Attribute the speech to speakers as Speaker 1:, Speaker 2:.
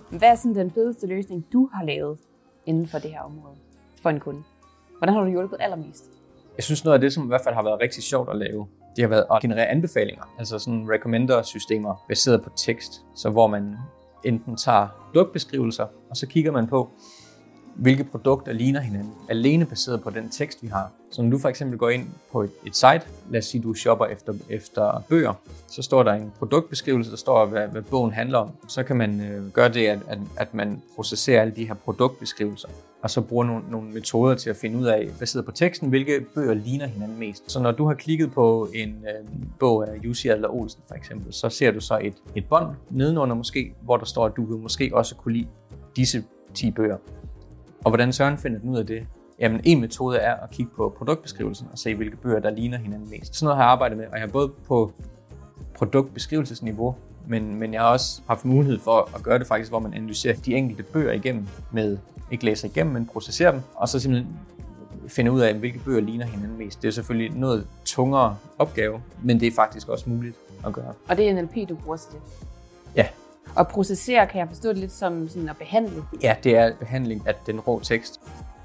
Speaker 1: Hvad er sådan den fedeste løsning, du har lavet inden for det her område for en kunde? Hvordan har du hjulpet allermest?
Speaker 2: Jeg synes noget af det, som i hvert fald har været rigtig sjovt at lave, det har været at generere anbefalinger. Altså sådan recommender-systemer baseret på tekst. Så hvor man enten tager produktbeskrivelser, og så kigger man på, hvilke produkter ligner hinanden, alene baseret på den tekst, vi har. Så når du for eksempel går ind på et site, lad os sige, du shopper efter bøger, så står der en produktbeskrivelse, der står, hvad bogen handler om. Så kan man gøre det, at man processerer alle de her produktbeskrivelser, og så bruger nogle metoder til at finde ud af, baseret på teksten, hvilke bøger ligner hinanden mest. Så når du har klikket på en bog af Jussi Adler-Olsen for eksempel, så ser du så et bånd nedenunder måske, hvor der står, at du vil måske også kunne lide disse 10 bøger. Og hvordan Søren finder den ud af det? Jamen, en metode er at kigge på produktbeskrivelsen og se, hvilke bøger, der ligner hinanden mest. Sådan noget har jeg arbejdet med, og jeg har både på produktbeskrivelsesniveau, men jeg har også haft mulighed for at gøre det faktisk, hvor man analyserer de enkelte bøger igennem med, ikke læser igennem, men processerer dem, og så simpelthen finder ud af, hvilke bøger ligner hinanden mest. Det er selvfølgelig noget tungere opgave, men det er faktisk også muligt at gøre.
Speaker 1: Og det er NLP, du bruger til det?
Speaker 2: Ja.
Speaker 1: Og processere, kan jeg forstå det lidt som sådan at behandle?
Speaker 2: Ja, det er behandling af den rå tekst.